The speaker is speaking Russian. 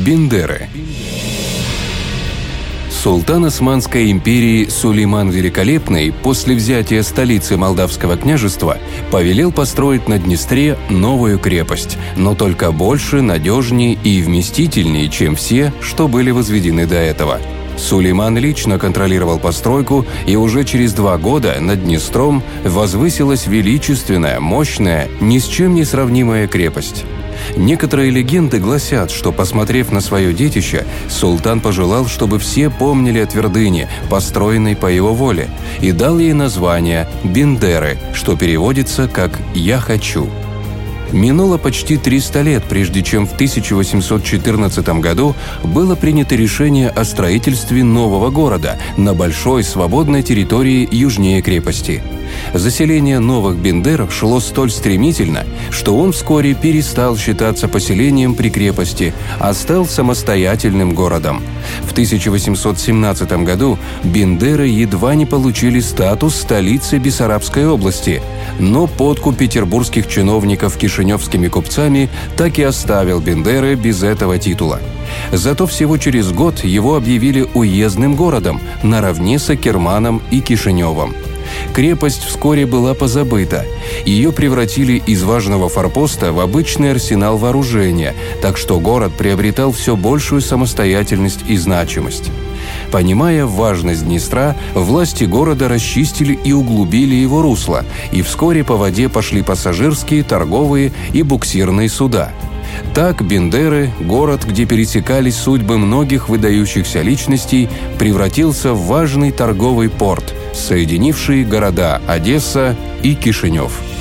Бендеры. Султан Османской империи Сулейман Великолепный после взятия столицы Молдавского княжества повелел построить на Днестре новую крепость, но только больше, надежнее и вместительнее, чем все, что были возведены до этого. Сулейман лично контролировал постройку, и уже через 2 года над Днестром возвысилась величественная, мощная, ни с чем не сравнимая крепость. Некоторые легенды гласят, что, посмотрев на свое детище, султан пожелал, чтобы все помнили о твердыне, построенной по его воле, и дал ей название «Бендеры», что переводится как «Я хочу». Минуло почти 300 лет, прежде чем в 1814 году было принято решение о строительстве нового города на большой свободной территории южнее крепости. Заселение новых Бендер шло столь стремительно, что он вскоре перестал считаться поселением при крепости, а стал самостоятельным городом. В 1817 году Бендеры едва не получили статус столицы Бессарабской области, но подкуп петербургских чиновников кишиневскими купцами так и оставил Бендеры без этого титула. Зато всего через год его объявили уездным городом наравне с Акерманом и Кишиневом. Крепость вскоре была позабыта. Ее превратили из важного форпоста в обычный арсенал вооружения, так что город приобретал все большую самостоятельность и значимость. Понимая важность Днестра, власти города расчистили и углубили его русло, и вскоре по воде пошли пассажирские, торговые и буксирные суда. Так Бендеры, город, где пересекались судьбы многих выдающихся личностей, превратился в важный торговый порт, соединивший города Одесса и Кишинев.